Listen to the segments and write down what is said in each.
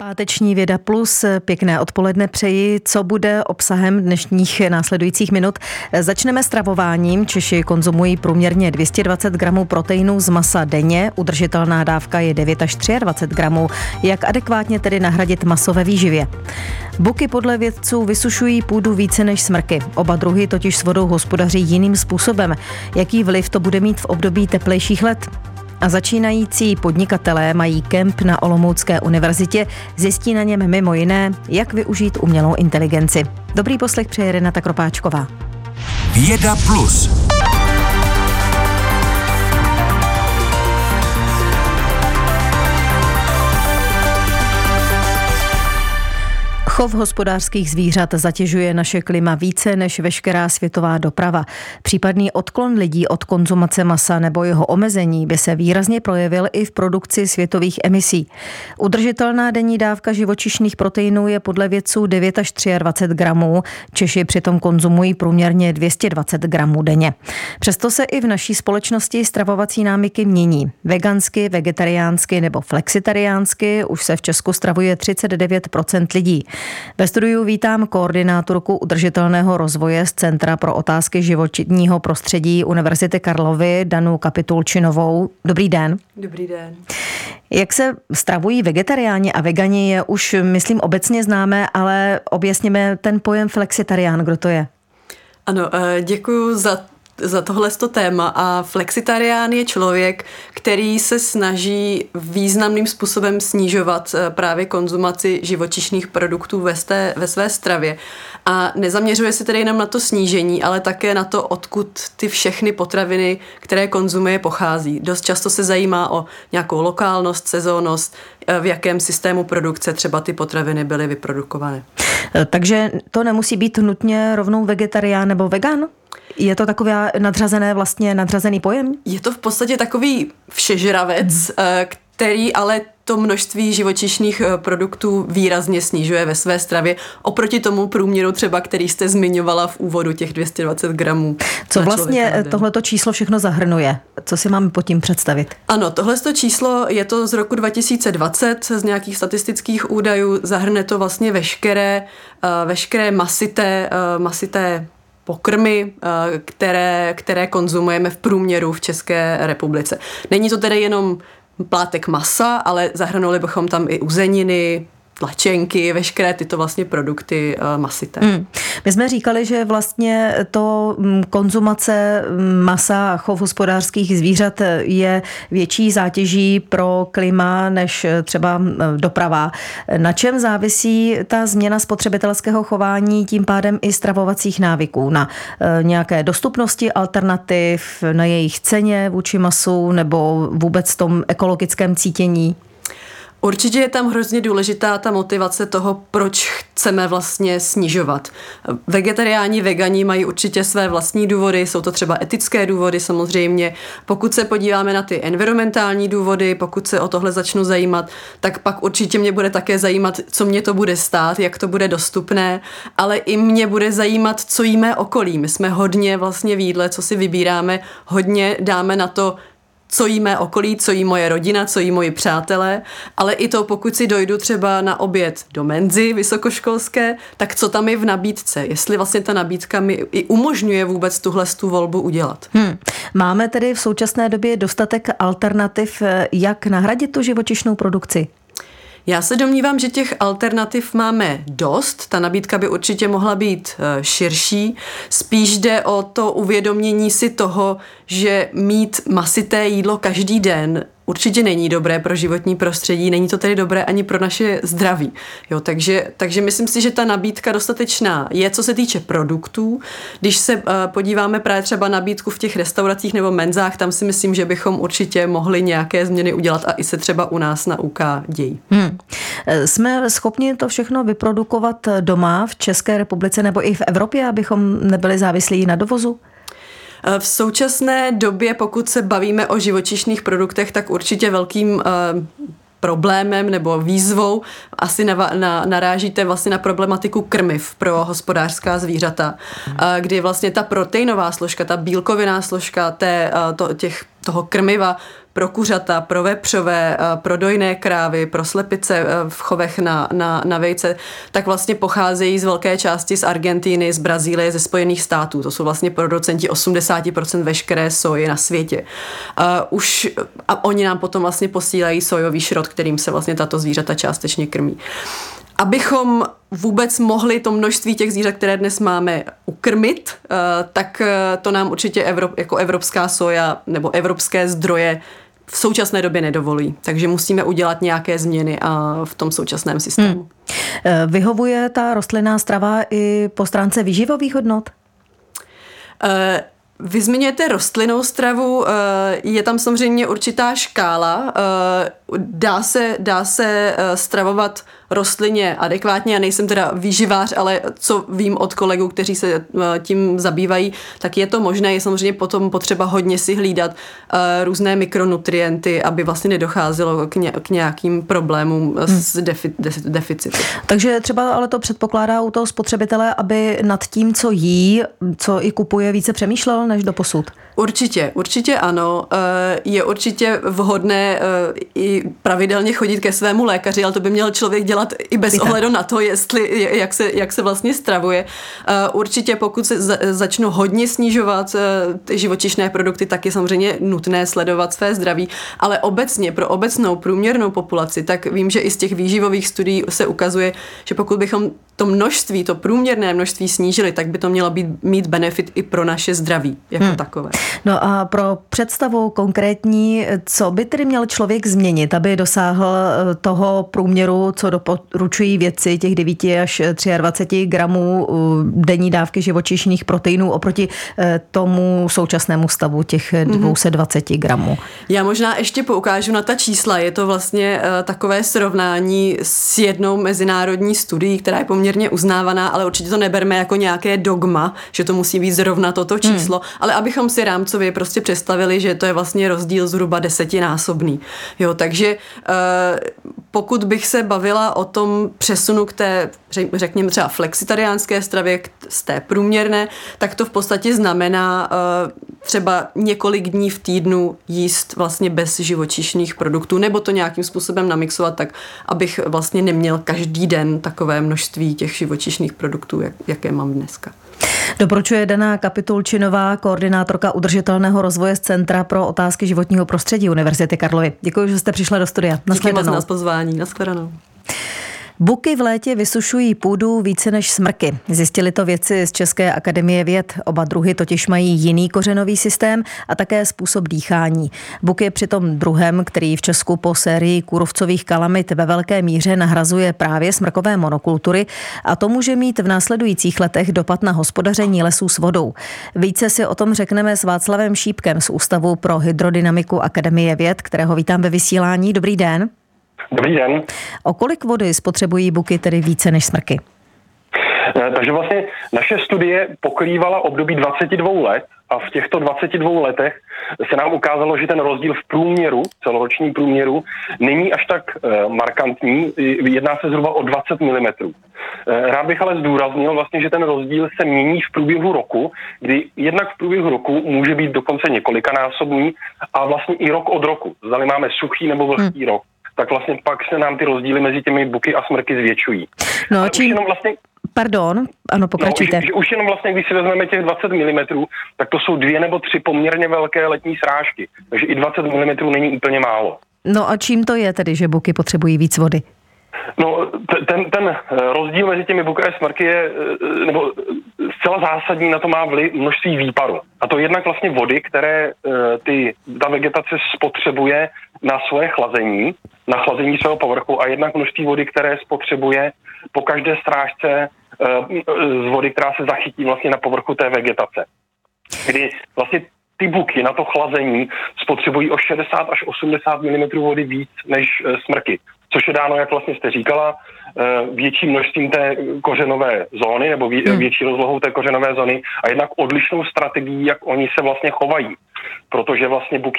Páteční Věda Plus, pěkné odpoledne přeji. Co bude obsahem dnešních následujících minut? Začneme stravováním. Češi konzumují průměrně 220 gramů proteinů z masa denně, udržitelná dávka je 9 až 23 gramů. Jak adekvátně tedy nahradit maso ve výživě? Buky podle vědců vysušují půdu více než smrky. Oba druhy totiž s vodou hospodaří jiným způsobem. Jaký vliv to bude mít v období teplejších let? A začínající podnikatelé mají kemp na Olomoucké univerzitě. Zjistí na něm mimo jiné, jak využít umělou inteligenci. Dobrý poslech přeje Renata Kropáčková. Věda Plus. Chov hospodářských zvířat zatěžuje naše klima více než veškerá světová doprava. Případný odklon lidí od konzumace masa nebo jeho omezení by se výrazně projevil i v produkci světových emisí. Udržitelná denní dávka živočišných proteinů je podle vědců 9 až 23 gramů. Češi přitom konzumují průměrně 220 gramů denně. Přesto se i v naší společnosti stravovací návyky mění. Vegansky, vegetariánsky nebo flexitariánsky už se v Česku stravuje 39% lidí. Ve studiu vítám koordinátorku udržitelného rozvoje z Centra pro otázky životního prostředí Univerzity Karlovy Danu Kapitulčinovou. Dobrý den. Dobrý den. Jak se stravují vegetariáni a vegani je už, myslím, obecně známé, ale objasněme ten pojem flexitarián. Kdo to je? Ano, děkuji za tohleto téma a flexitarián je člověk, který se snaží významným způsobem snižovat právě konzumaci živočišných produktů ve své stravě a nezaměřuje se tedy jenom na to snížení, ale také na to, odkud ty všechny potraviny, které konzumuje, pochází. Dost často se zajímá o nějakou lokálnost, sezónnost, v jakém systému produkce třeba ty potraviny byly vyprodukované. Takže to nemusí být nutně rovnou vegetarián nebo vegan? Je to takový nadřazený pojem? Je to v podstatě takový všežravec, který ale to množství živočišných produktů výrazně snižuje ve své stravě oproti tomu průměru třeba, který jste zmiňovala v úvodu, těch 220 gramů. Co vlastně tohleto číslo všechno zahrnuje? Co si máme pod tím představit? Ano, tohleto číslo je to z roku 2020 z nějakých statistických údajů. Zahrne to vlastně veškeré masité pokrmy, které konzumujeme v průměru v České republice. Není to tedy jenom plátek masa, ale zahrnuli bychom tam i uzeniny, tlačenky, veškeré tyto vlastně produkty masité. My jsme říkali, že vlastně to konzumace masa a chov hospodářských zvířat je větší zátěží pro klima než třeba doprava. Na čem závisí ta změna spotřebitelského chování, tím pádem i stravovacích návyků? Na nějaké dostupnosti alternativ, na jejich ceně vůči masu nebo vůbec tom ekologickém cítění? Určitě je tam hrozně důležitá ta motivace toho, proč chceme vlastně snižovat. Vegetariáni, vegani mají určitě své vlastní důvody, jsou to třeba etické důvody samozřejmě. Pokud se podíváme na ty environmentální důvody, pokud se o tohle začnu zajímat, tak pak určitě mě bude také zajímat, co mě to bude stát, jak to bude dostupné, ale i mě bude zajímat, co jí mé okolí. My jsme hodně vlastně v jídle, co si vybíráme, hodně dáme na to, co jí mé okolí, co jí moje rodina, co jí moji přátelé, ale i to, pokud si dojdu třeba na oběd do menzy vysokoškolské, tak co tam je v nabídce, jestli vlastně ta nabídka mi i umožňuje vůbec tu volbu udělat. Máme tedy v současné době dostatek alternativ, jak nahradit tu živočišnou produkci? Já se domnívám, že těch alternativ máme dost, ta nabídka by určitě mohla být širší, spíš jde o to uvědomění si toho, že mít masité jídlo každý den určitě není dobré pro životní prostředí, není to tedy dobré ani pro naše zdraví. Jo, takže myslím si, že ta nabídka dostatečná je, co se týče produktů. Když se podíváme právě třeba nabídku v těch restauracích nebo menzách, tam si myslím, že bychom určitě mohli nějaké změny udělat a i se třeba u nás na UK dějí. Jsme schopni to všechno vyprodukovat doma v České republice nebo i v Evropě, abychom nebyli závislí na dovozu? V současné době, pokud se bavíme o živočišných produktech, tak určitě velkým problémem nebo výzvou asi narážíte vlastně na problematiku krmiv pro hospodářská zvířata, kdy vlastně ta proteinová složka, ta bílkovinná složka toho krmiva pro kuřata, pro vepřové, pro dojné krávy, pro slepice v chovech na vejce, tak vlastně pocházejí z velké části z Argentíny, z Brazílie, ze Spojených států. To jsou vlastně producenti 80% veškeré soji na světě. A oni nám potom vlastně posílají sojový šrot, kterým se vlastně tato zvířata částečně krmí. Abychom vůbec mohli to množství těch zvířat, které dnes máme, ukrmit, tak to nám určitě jako evropská soja nebo evropské zdroje v současné době nedovolí. Takže musíme udělat nějaké změny v tom současném systému. Vyhovuje ta rostlinná strava i po stránce výživových hodnot? Vy zmiňujete rostlinnou stravu, je tam samozřejmě určitá škála, dá se stravovat rostlině adekvátně. Já nejsem teda výživář, ale co vím od kolegů, kteří se tím zabývají, tak je to možné. Je samozřejmě potom potřeba hodně si hlídat různé mikronutrienty, aby vlastně nedocházelo k nějakým problémům s deficitem. Takže třeba ale to předpokládá u toho spotřebitele, aby nad tím, co jí, co i kupuje, více přemýšlel než doposud. Určitě ano. Je určitě vhodné i pravidelně chodit ke svému lékaři, ale to by měl člověk dělat i bez ohledu na to, jak se vlastně stravuje. Určitě pokud se začnou hodně snižovat ty živočišné produkty, tak je samozřejmě nutné sledovat své zdraví, ale obecně pro obecnou průměrnou populaci, tak vím, že i z těch výživových studií se ukazuje, že pokud bychom to průměrné množství snížili, tak by to mělo mít benefit i pro naše zdraví jako takové. No a pro představu konkrétní, co by tedy měl člověk změnit, aby dosáhl toho průměru, co doporučují vědci, těch 9 až 23 gramů denní dávky živočišných proteinů oproti tomu současnému stavu těch 220 gramů? Já možná ještě poukážu na ta čísla. Je to vlastně takové srovnání s jednou mezinárodní studií, která je poměrně uznávaná, ale určitě to neberme jako nějaké dogma, že to musí být zrovna toto číslo, ale abychom si rámcově prostě představili, že to je vlastně rozdíl zhruba 10násobný. Jo, takže pokud bych se bavila o tom přesunu k té, řekněme třeba flexitariánské stravě, z té průměrné, tak to v podstatě znamená třeba několik dní v týdnu jíst vlastně bez živočišných produktů, nebo to nějakým způsobem namixovat tak, abych vlastně neměl každý den takové množství těch živočišných produktů, jaké mám dneska. Doporučuje Dana Kapitulčinová, koordinátorka udržitelného rozvoje z Centra pro otázky životního prostředí Univerzity Karlovy. Děkuji, že jste přišla do studia. Díky moc za pozvání. Nashledanou. Buky v létě vysušují půdu více než smrky. Zjistili to vědci z České akademie věd. Oba druhy totiž mají jiný kořenový systém a také způsob dýchání. Buk je přitom druhem, který v Česku po sérii kůrovcových kalamit ve velké míře nahrazuje právě smrkové monokultury a to může mít v následujících letech dopad na hospodaření lesů s vodou. Více si o tom řekneme s Václavem Šípkem z Ústavu pro hydrodynamiku Akademie věd, kterého vítám ve vysílání. Dobrý den. Dobrý den. O kolik vody spotřebují buky tedy více než smrky? Takže vlastně naše studie pokrývala období 22 let a v těchto 22 letech se nám ukázalo, že ten rozdíl v průměru, celoroční průměru, není až tak markantní, jedná se zhruba o 20 mm. Rád bych ale zdůraznil vlastně, že ten rozdíl se mění v průběhu roku, kdy jednak v průběhu roku může být dokonce několikanásobný a vlastně i rok od roku. Zdali máme suchý nebo vlhký rok, tak vlastně pak se nám ty rozdíly mezi těmi buky a smrky zvětšují. No, Pardon, ano, pokračujte. Že už jenom vlastně, když si vezmeme těch 20 mm, tak to jsou 2 nebo 3 poměrně velké letní srážky. Takže i 20 mm není úplně málo. No a čím to je tedy, že buky potřebují víc vody? No, ten rozdíl mezi těmi buky a smrky je, nebo zcela zásadní, na to má vliv množství výparu. A to jednak vlastně vody, které ta vegetace spotřebuje na svoje chlazení, na chlazení svého povrchu a jednak množství vody, které spotřebuje po každé srážce z vody, která se zachytí vlastně na povrchu té vegetace. Kdy vlastně ty buky na to chlazení spotřebují o 60 až 80 mm vody víc než smrky. Což je dáno, jak vlastně jste říkala, větším množstvím té kořenové zóny nebo větší rozlohou té kořenové zóny a jednak odlišnou strategií, jak oni se vlastně chovají. Protože vlastně buky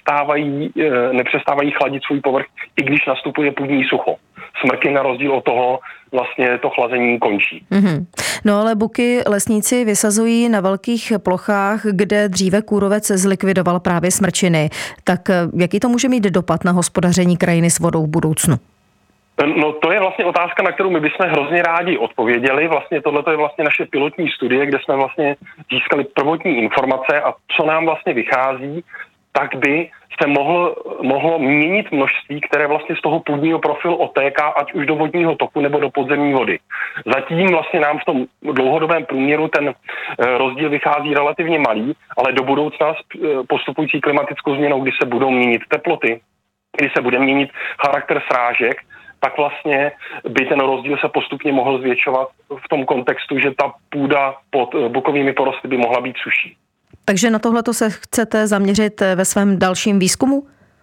nepřestávají chladit svůj povrch, i když nastupuje půdní sucho. Smrky na rozdíl od toho vlastně to chlazení končí. No ale buky lesníci vysazují na velkých plochách, kde dříve kůrovec zlikvidoval právě smrčiny. Tak jaký to může mít dopad na hospodaření krajiny s vodou v budoucnu? No to je vlastně otázka, na kterou my bychom hrozně rádi odpověděli. Vlastně tohle je vlastně naše pilotní studie, kde jsme vlastně získali prvotní informace a co nám vlastně vychází, tak by se mohlo měnit množství, které vlastně z toho půdního profilu otéká, ať už do vodního toku nebo do podzemní vody. Zatím vlastně nám v tom dlouhodobém průměru ten rozdíl vychází relativně malý, ale do budoucna postupující klimatickou změnou, kdy se budou měnit teploty, kdy se bude měnit charakter srážek, tak vlastně by ten rozdíl se postupně mohl zvětšovat v tom kontextu, že ta půda pod bukovými porosty by mohla být suší. Takže na tohleto se chcete zaměřit ve svém dalším výzkumu?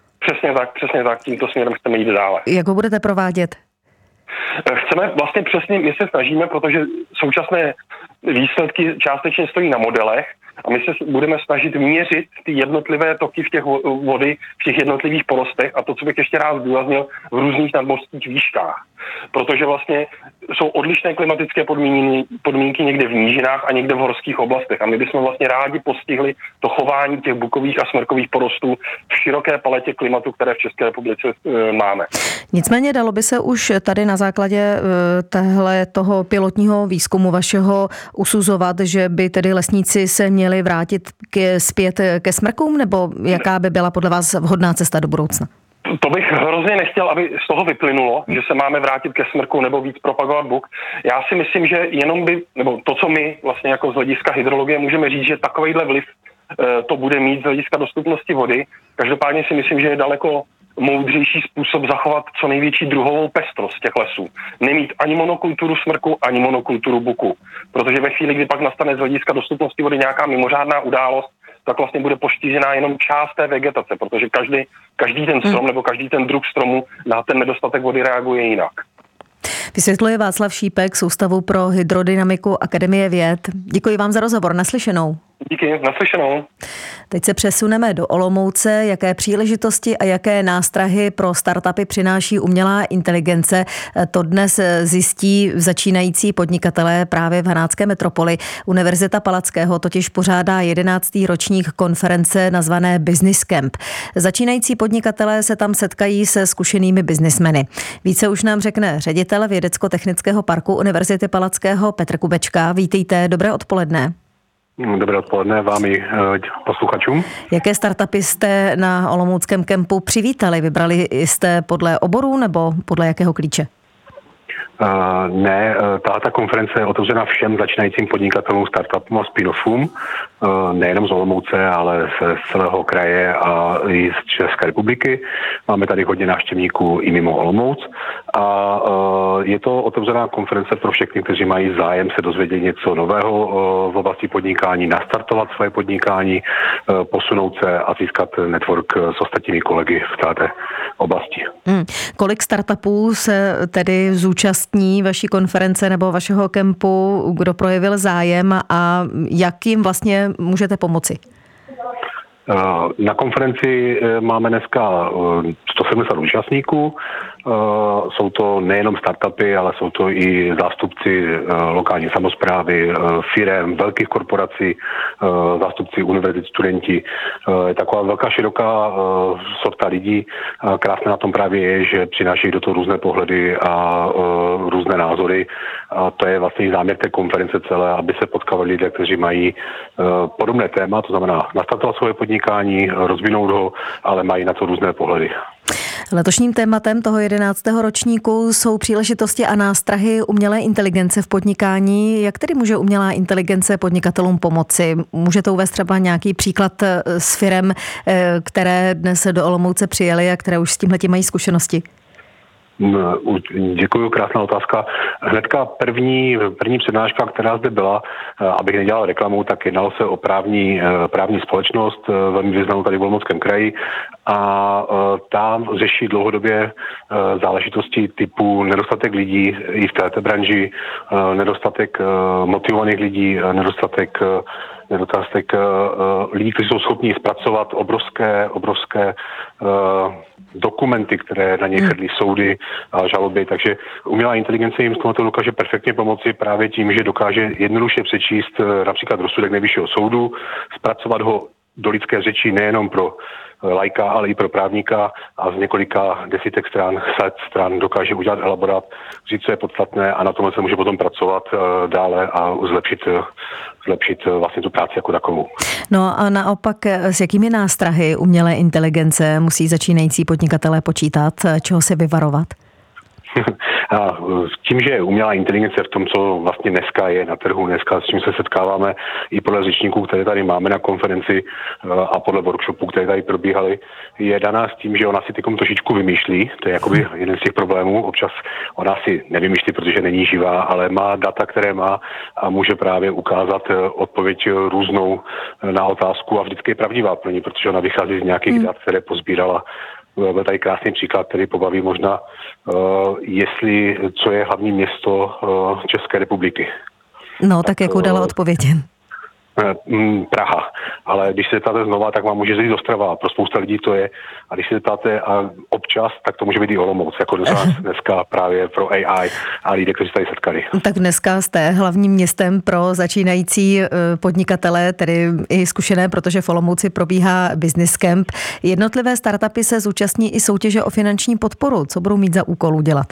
Přesně tak, tímto směrem chceme jít dále. Jak ho budete provádět? Chceme vlastně přesně, my se snažíme, protože současné výsledky částečně stojí na modelech a my se budeme snažit měřit ty jednotlivé toky v těch vody, v těch jednotlivých porostech a to, co bych ještě rád zdůraznil, v různých nadmořských výškách. Protože vlastně jsou odlišné klimatické podmínky někde v nížinách a někde v horských oblastech. A my bychom vlastně rádi postihli to chování těch bukových a smrkových porostů v široké paletě klimatu, které v České republice máme. Nicméně dalo by se už tady na základě toho pilotního výzkumu vašeho usuzovat, že by tedy lesníci se měli vrátit zpět ke smrkům, nebo jaká by byla podle vás vhodná cesta do budoucna? To bych hrozně nechtěl, aby z toho vyplynulo, že se máme vrátit ke smrku nebo víc propagovat buk. Já si myslím, že jenom nebo to, co my vlastně jako z hlediska hydrologie můžeme říct, že takovejhle vliv to bude mít z hlediska dostupnosti vody. Každopádně si myslím, že je daleko moudřejší způsob zachovat co největší druhovou pestrost těch lesů. Nemít ani monokulturu smrku, ani monokulturu buku. Protože ve chvíli, kdy pak nastane z hlediska dostupnosti vody nějaká mimořádná událost, tak vlastně bude poštížená jenom část té vegetace, protože každý ten strom nebo každý ten druh stromu na ten nedostatek vody reaguje jinak. Vysvětluje Václav Šípek z Ústavu pro hydrodynamiku Akademie věd. Děkuji vám za rozhovor. Naslyšenou. Díky, naslyšenou. Teď se přesuneme do Olomouce. Jaké příležitosti a jaké nástrahy pro startupy přináší umělá inteligence, to dnes zjistí začínající podnikatelé právě v hanácké metropoli. Univerzita Palackého totiž pořádá 11. ročník konference nazvané Business Camp. Začínající podnikatelé se tam setkají se zkušenými biznismeny. Více už nám řekne ředitel Vědecko-technického parku Univerzity Palackého Petr Kubečka. Vítejte, dobré odpoledne. Dobré odpoledne vám i posluchačům. Jaké startupy jste na olomouckém kempu přivítali? Vybrali jste podle oboru nebo podle jakého klíče? Ne, tato konference je otevřena všem začínajícím podnikatelům, startupům a spin-offům, nejenom z Olomouce, ale z celého kraje a i z České republiky. Máme tady hodně návštěvníků i mimo Olomouc a je to otevřená konference pro všechny, kteří mají zájem se dozvědět něco nového v oblasti podnikání, nastartovat svoje podnikání, posunout se a získat network s ostatními kolegy v této oblasti. Kolik startupů se tedy zúčastní vaší konference nebo vašeho kempu, kdo projevil zájem a jak jim vlastně můžete pomoci? Na konferenci máme dneska 170 účastníků. Jsou to nejenom startupy, ale jsou to i zástupci lokální samosprávy, firem, velkých korporací, zástupci univerzit, studenti. Je taková velká široká sorta lidí. Krásné na tom právě je, že přinášejí do toho různé pohledy a různé názory. A to je vlastně záměr té konference celé, aby se potkávali lidé, kteří mají podobné téma, to znamená nastartovat svoje podnikání, rozvinout ho, ale mají na to různé pohledy. Letošním tématem toho 11. ročníku jsou příležitosti a nástrahy umělé inteligence v podnikání. Jak tedy může umělá inteligence podnikatelům pomoci? Můžete uvést třeba nějaký příklad s firem, které dnes do Olomouce přijeli a které už s tímhletím mají zkušenosti? Děkuji, krásná otázka. Hnedka první přednáška, která zde byla, abych nedělal reklamu, tak jednalo se o právní společnost, velmi významnou tady v Olomouckém kraji a tam řeší dlouhodobě záležitosti typu nedostatek lidí i v této branži, nedostatek motivovaných lidí, nedostatek nedostatek lidí, kteří jsou schopni zpracovat obrovské dokumenty, které na ně chrlí soudy a žaloby, takže umělá inteligence jim to dokáže perfektně pomoci právě tím, že dokáže jednoduše přečíst například rozsudek Nejvyššího soudu, zpracovat ho do lidské řeči nejenom pro laika, ale i pro právníka a z několika desítek stran dokáže udělat elaborát, říct, co je podstatné a na tomhle se může potom pracovat dále a zlepšit vlastně tu práci jako takovou. No a naopak, s jakými nástrahy umělé inteligence musí začínající podnikatelé počítat, čeho se vyvarovat? A tím, že umělá inteligence v tom, co vlastně dneska je na trhu, dneska s čím se setkáváme i podle řečníků, které tady máme na konferenci a podle workshopů, které tady probíhaly, je daná s tím, že ona si tykom trošičku vymýšlí. To je jakoby jeden z těch problémů. Občas ona si nevymýšlí, protože není živá, ale má data, které má a může právě ukázat odpověď různou na otázku a vždycky je pravdivá pro ní, protože ona vychází z nějakých dat, které pozbírala. Byl tady krásný příklad, který pobaví možná, co je hlavní město České republiky. No, tak jakou dala odpověď? Praha. Ale když se zeptáte znova, tak vám může říct Ostrava. Pro spousta lidí to je. A když se zeptáte a občas, tak to může být i Olomouc, jako dneska právě pro AI a lidé, kteří se tady setkali. Tak dneska jste hlavním městem pro začínající podnikatele, tedy i zkušené, protože v Olomouci probíhá Business Camp. Jednotlivé startupy se zúčastní i soutěže o finanční podporu. Co budou mít za úkol udělat?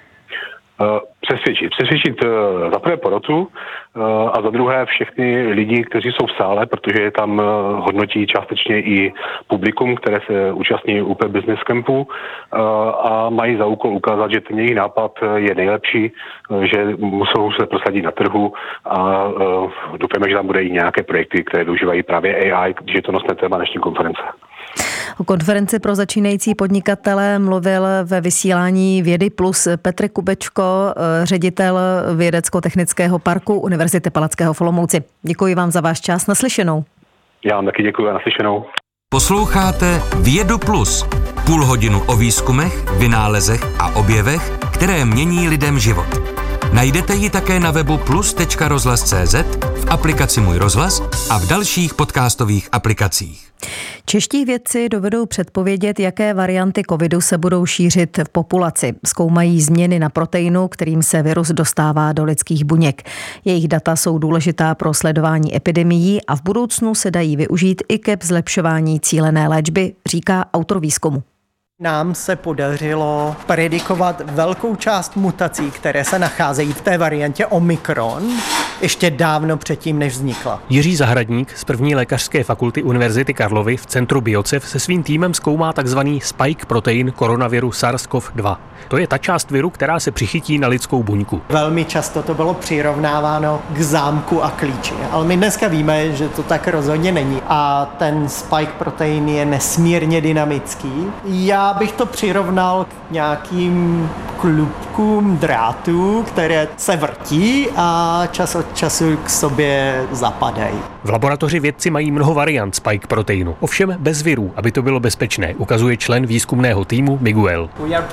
Přesvědčit za prvé porotu a za druhé všechny lidi, kteří jsou v sále, protože je tam hodnotí částečně i publikum, které se účastní UP Business Campu a mají za úkol ukázat, že ten jejich nápad je nejlepší, že musou se prosadit na trhu a doufáme, že tam bude i nějaké projekty, které využívají právě AI, když je to nosné téma dnešní konference. O konferenci pro začínající podnikatele mluvil ve vysílání Vědy Plus Petr Kubečko, ředitel Vědecko-technického parku Univerzity Palackého v Olomouci. Děkuji vám za váš čas, naslyšenou. Já vám taky děkuji a naslyšenou. Posloucháte Vědu Plus. Půl hodinu o výzkumech, vynálezech a objevech, které mění lidem život. Najdete ji také na webu plus.rozhlas.cz, v aplikaci Můj rozhlas a v dalších podcastových aplikacích. Čeští vědci dovedou předpovědět, jaké varianty covidu se budou šířit v populaci. Zkoumají změny na proteinu, kterým se virus dostává do lidských buněk. Jejich data jsou důležitá pro sledování epidemií a v budoucnu se dají využít i ke zlepšování cílené léčby, říká autor výzkumu. Nám se podařilo predikovat velkou část mutací, které se nacházejí v té variantě Omikron, ještě dávno předtím, než vznikla. Jiří Zahradník z první lékařské fakulty Univerzity Karlovy v centru Biocev se svým týmem zkoumá takzvaný spike protein koronaviru SARS-CoV-2. To je ta část viru, která se přichytí na lidskou buňku. Velmi často to bylo přirovnáváno k zámku a klíči, ale my dneska víme, že to tak rozhodně není. A ten spike protein je nesmírně dynamický. Já bych to přirovnal k nějakým klubkům drátů, které se vrtí a čas od času k sobě zapadají. V laboratoři vědci mají mnoho variant spike proteinu, ovšem bez virů, aby to bylo bezpečné, ukazuje člen výzkumného týmu Miguel.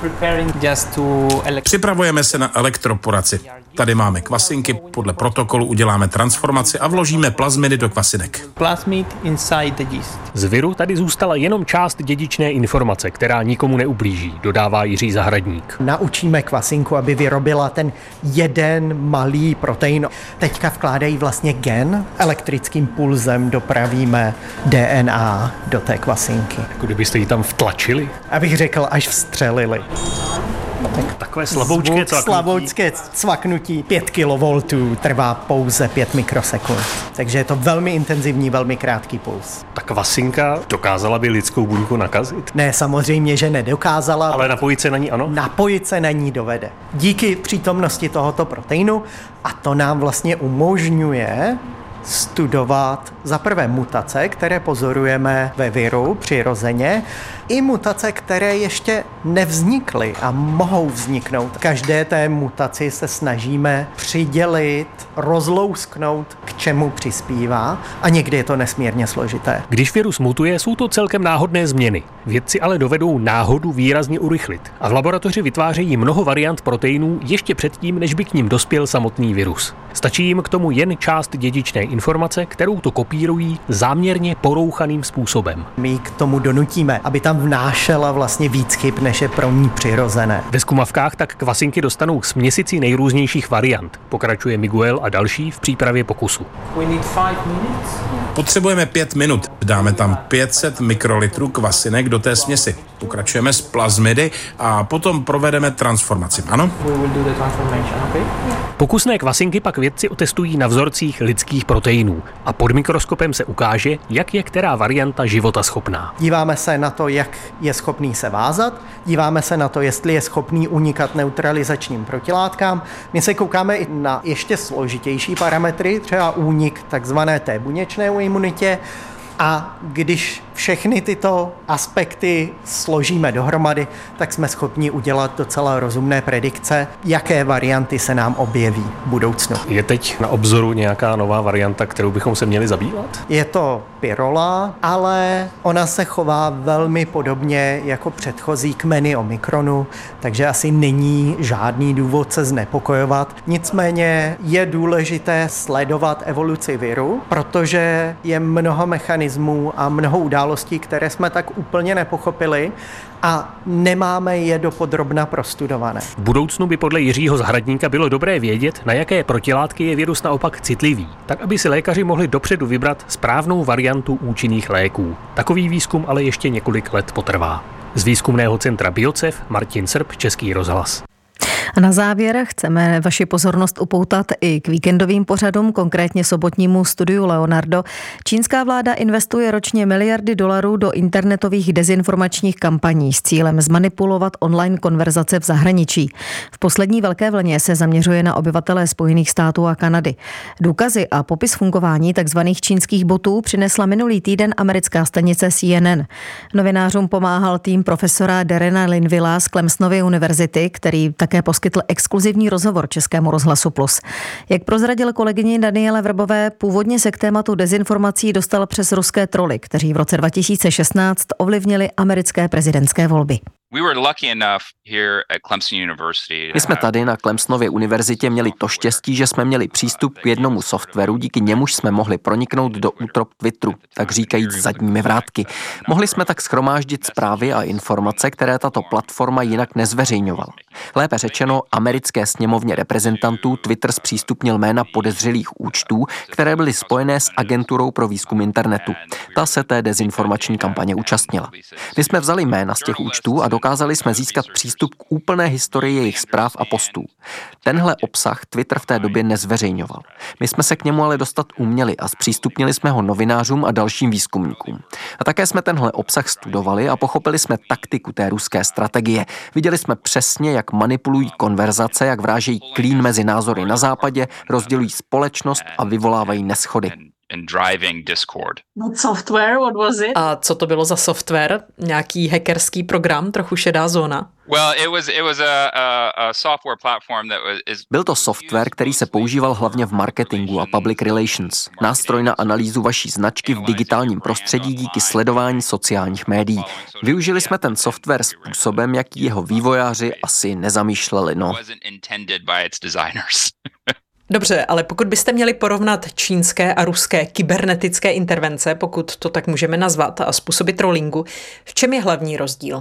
Připravujeme se na elektroporaci. Tady máme kvasinky, podle protokolu uděláme transformaci a vložíme plazmidy do kvasinek. Z viru tady zůstala jenom část dědičné informace, která nikomu neublíží, dodává Jiří Zahradník. Naučíme kvasinku, aby vyrobila ten jeden malý protein. Teďka vkládají vlastně gen, elektrickým pulzem dopravíme DNA do té kvasinky. Jako kdybyste ji tam vtlačili? Abych řekl, až vstřelili. Takové slaboučké cvaknutí 5 kV trvá pouze 5 mikrosekund. Takže je to velmi intenzivní, velmi krátký puls. Ta kvasinka dokázala by lidskou buňku nakazit? Ne, samozřejmě, že nedokázala. Ale napojit se na ní ano? Napojit se na ní dovede. Díky přítomnosti tohoto proteinu a to nám vlastně umožňuje studovat za prvé mutace, které pozorujeme ve viru přirozeně, i mutace, které ještě nevznikly a mohou vzniknout. Každé té mutaci se snažíme přidělit, rozlousknout, k něčemu přispívá a někdy je to nesmírně složité. Když virus mutuje, jsou to celkem náhodné změny. Vědci ale dovedou náhodu výrazně urychlit a v laboratoři vytvářejí mnoho variant proteinů ještě předtím, než by k ním dospěl samotný virus. Stačí jim k tomu jen část dědičné informace, kterou to kopírují záměrně porouchaným způsobem. My ji k tomu donutíme, aby tam vnášela vlastně víc chyb, než je pro ní přirozené. Ve zkumavkách tak kvasinky dostanou směsici nejrůznějších variant, pokračuje Miguel a další v přípravě pokusu. Potřebujeme 5 minut. Dáme tam 500 mikrolitrů kvasinek do té směsi. Pokračujeme s plazmidy a potom provedeme transformaci. Ano? Pokusné kvasinky pak vědci otestují na vzorcích lidských proteinů a pod mikroskopem se ukáže, jak je která varianta životaschopná. Díváme se na to, jak je schopný se vázat, díváme se na to, jestli je schopný unikat neutralizačním protilátkám. My se koukáme i na ještě složitější parametry, třeba únik takzvané té buněčné imunitě. A když všechny tyto aspekty složíme dohromady, tak jsme schopni udělat docela rozumné predikce, jaké varianty se nám objeví v budoucnu. Je teď na obzoru nějaká nová varianta, kterou bychom se měli zabývat? Je to pyrola, ale ona se chová velmi podobně jako předchozí kmeny omikronu, takže asi není žádný důvod se znepokojovat. Nicméně je důležité sledovat evoluci viru, protože je mnoho mechanismů a mnoho událostí, které jsme tak úplně nepochopili a nemáme je dopodrobna prostudované. V budoucnu by podle Jiřího Zahradníka bylo dobré vědět, na jaké protilátky je virus naopak citlivý, tak aby si lékaři mohli dopředu vybrat správnou variantu účinných léků. Takový výzkum ale ještě několik let potrvá. Z výzkumného centra Biocev Martin Srb, Český rozhlas. A na závěr chceme vaši pozornost upoutat i k víkendovým pořadům, konkrétně sobotnímu studiu Leonardo. Čínská vláda investuje ročně miliardy dolarů do internetových dezinformačních kampaní s cílem zmanipulovat online konverzace v zahraničí. V poslední velké vlně se zaměřuje na obyvatele Spojených států a Kanady. Důkazy a popis fungování tzv. Čínských botů přinesla minulý týden americká stanice CNN. Novinářům pomáhal tým profesora Darrena Linvilla z Clemsonovy univerzity, který také poskytl exkluzivní rozhovor Českému rozhlasu Plus. Jak prozradil kolegyni Daniele Vrbové, původně se k tématu dezinformací dostal přes ruské troly, kteří v roce 2016 ovlivnili americké prezidentské volby. My jsme tady na Clemsonově univerzitě měli to štěstí, že jsme měli přístup k jednomu softwaru, díky němuž jsme mohli proniknout do útrop Twitteru, tak říkajíc zadními vrátky. Mohli jsme tak shromáždit zprávy a informace, které tato platforma jinak nezveřejňovala. Lépe řečeno, americké sněmovně reprezentantů Twitter zpřístupnil jména podezřelých účtů, které byly spojené s agenturou pro výzkum internetu. Ta se té dezinformační kampaně účastnila. My jsme vzali jména z těch účtů a dokázali jsme získat přístup k úplné historii jejich zpráv a postů. Tenhle obsah Twitter v té době nezveřejňoval. My jsme se k němu ale dostat uměli a zpřístupnili jsme ho novinářům a dalším výzkumníkům. A také jsme tenhle obsah studovali a pochopili jsme taktiku té ruské strategie. Viděli jsme přesně, jak manipulují konverzace, jak vrážejí klín mezi názory na západě, rozdělují společnost a vyvolávají neshody. A co to bylo za software? Nějaký hackerský program, trochu šedá zóna? Byl to software, který se používal hlavně v marketingu a public relations. Nástroj na analýzu vaší značky v digitálním prostředí díky sledování sociálních médií. Využili jsme ten software způsobem, jaký jeho vývojáři asi nezamýšleli, Dobře, ale pokud byste měli porovnat čínské a ruské kybernetické intervence, pokud to tak můžeme nazvat, a způsoby trollingu, v čem je hlavní rozdíl?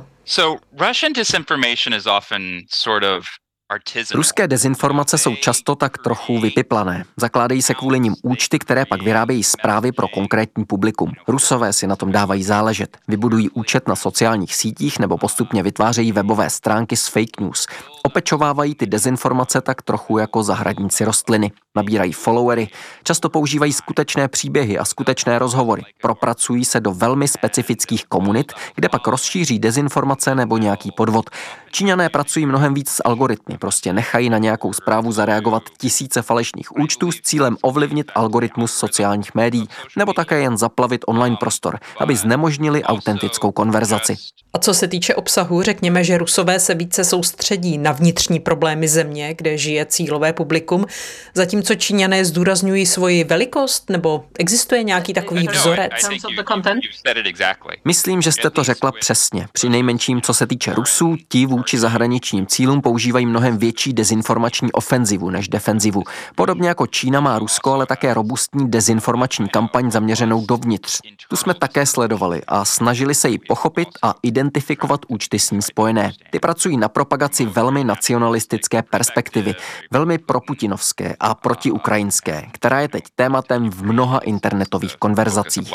Ruské dezinformace jsou často tak trochu vypiplané. Zakládají se kvůli nim účty, které pak vyrábějí zprávy pro konkrétní publikum. Rusové si na tom dávají záležet. Vybudují účet na sociálních sítích nebo postupně vytvářejí webové stránky s fake news. Opečovávají ty dezinformace tak trochu jako zahradníci rostliny. Nabírají followery, často používají skutečné příběhy a skutečné rozhovory. Propracují se do velmi specifických komunit, kde pak rozšíří dezinformace nebo nějaký podvod. Číňané pracují mnohem víc s algoritmy, prostě nechají na nějakou zprávu zareagovat tisíce falešných účtů s cílem ovlivnit algoritmus sociálních médií nebo také jen zaplavit online prostor, aby znemožnili autentickou konverzaci. A co se týče obsahu, řekněme, že Rusové se více soustředí na vnitřní problémy země, kde žije cílové publikum, zatímco zatímco Číňané zdůrazňují svoji velikost, nebo existuje nějaký takový vzorec? Myslím, že jste to řekla přesně. Přinejmenším, co se týče Rusů, ti vůči zahraničním cílům používají mnohem větší dezinformační ofenzivu než defenzivu. Podobně jako Čína má Rusko, ale také robustní dezinformační kampaň zaměřenou dovnitř. Tu jsme také sledovali a snažili se ji pochopit a identifikovat účty s ní spojené. Ty pracují na propagaci velmi nacionalistické perspektivy, velmi proputinovské a protiukrajinské, která je teď tématem v mnoha internetových konverzacích.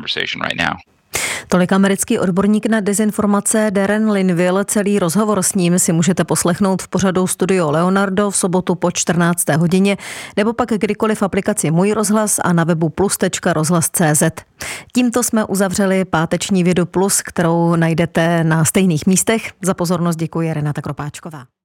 Tolik americký odborník na dezinformace Darren Linville. Celý rozhovor s ním si můžete poslechnout v pořadu Studio Leonardo v sobotu po 14. hodině nebo pak kdykoliv v aplikaci Můj rozhlas a na webu plus.rozhlas.cz. Tímto jsme uzavřeli páteční Vědu Plus, kterou najdete na stejných místech. Za pozornost děkuji Renata Kropáčková.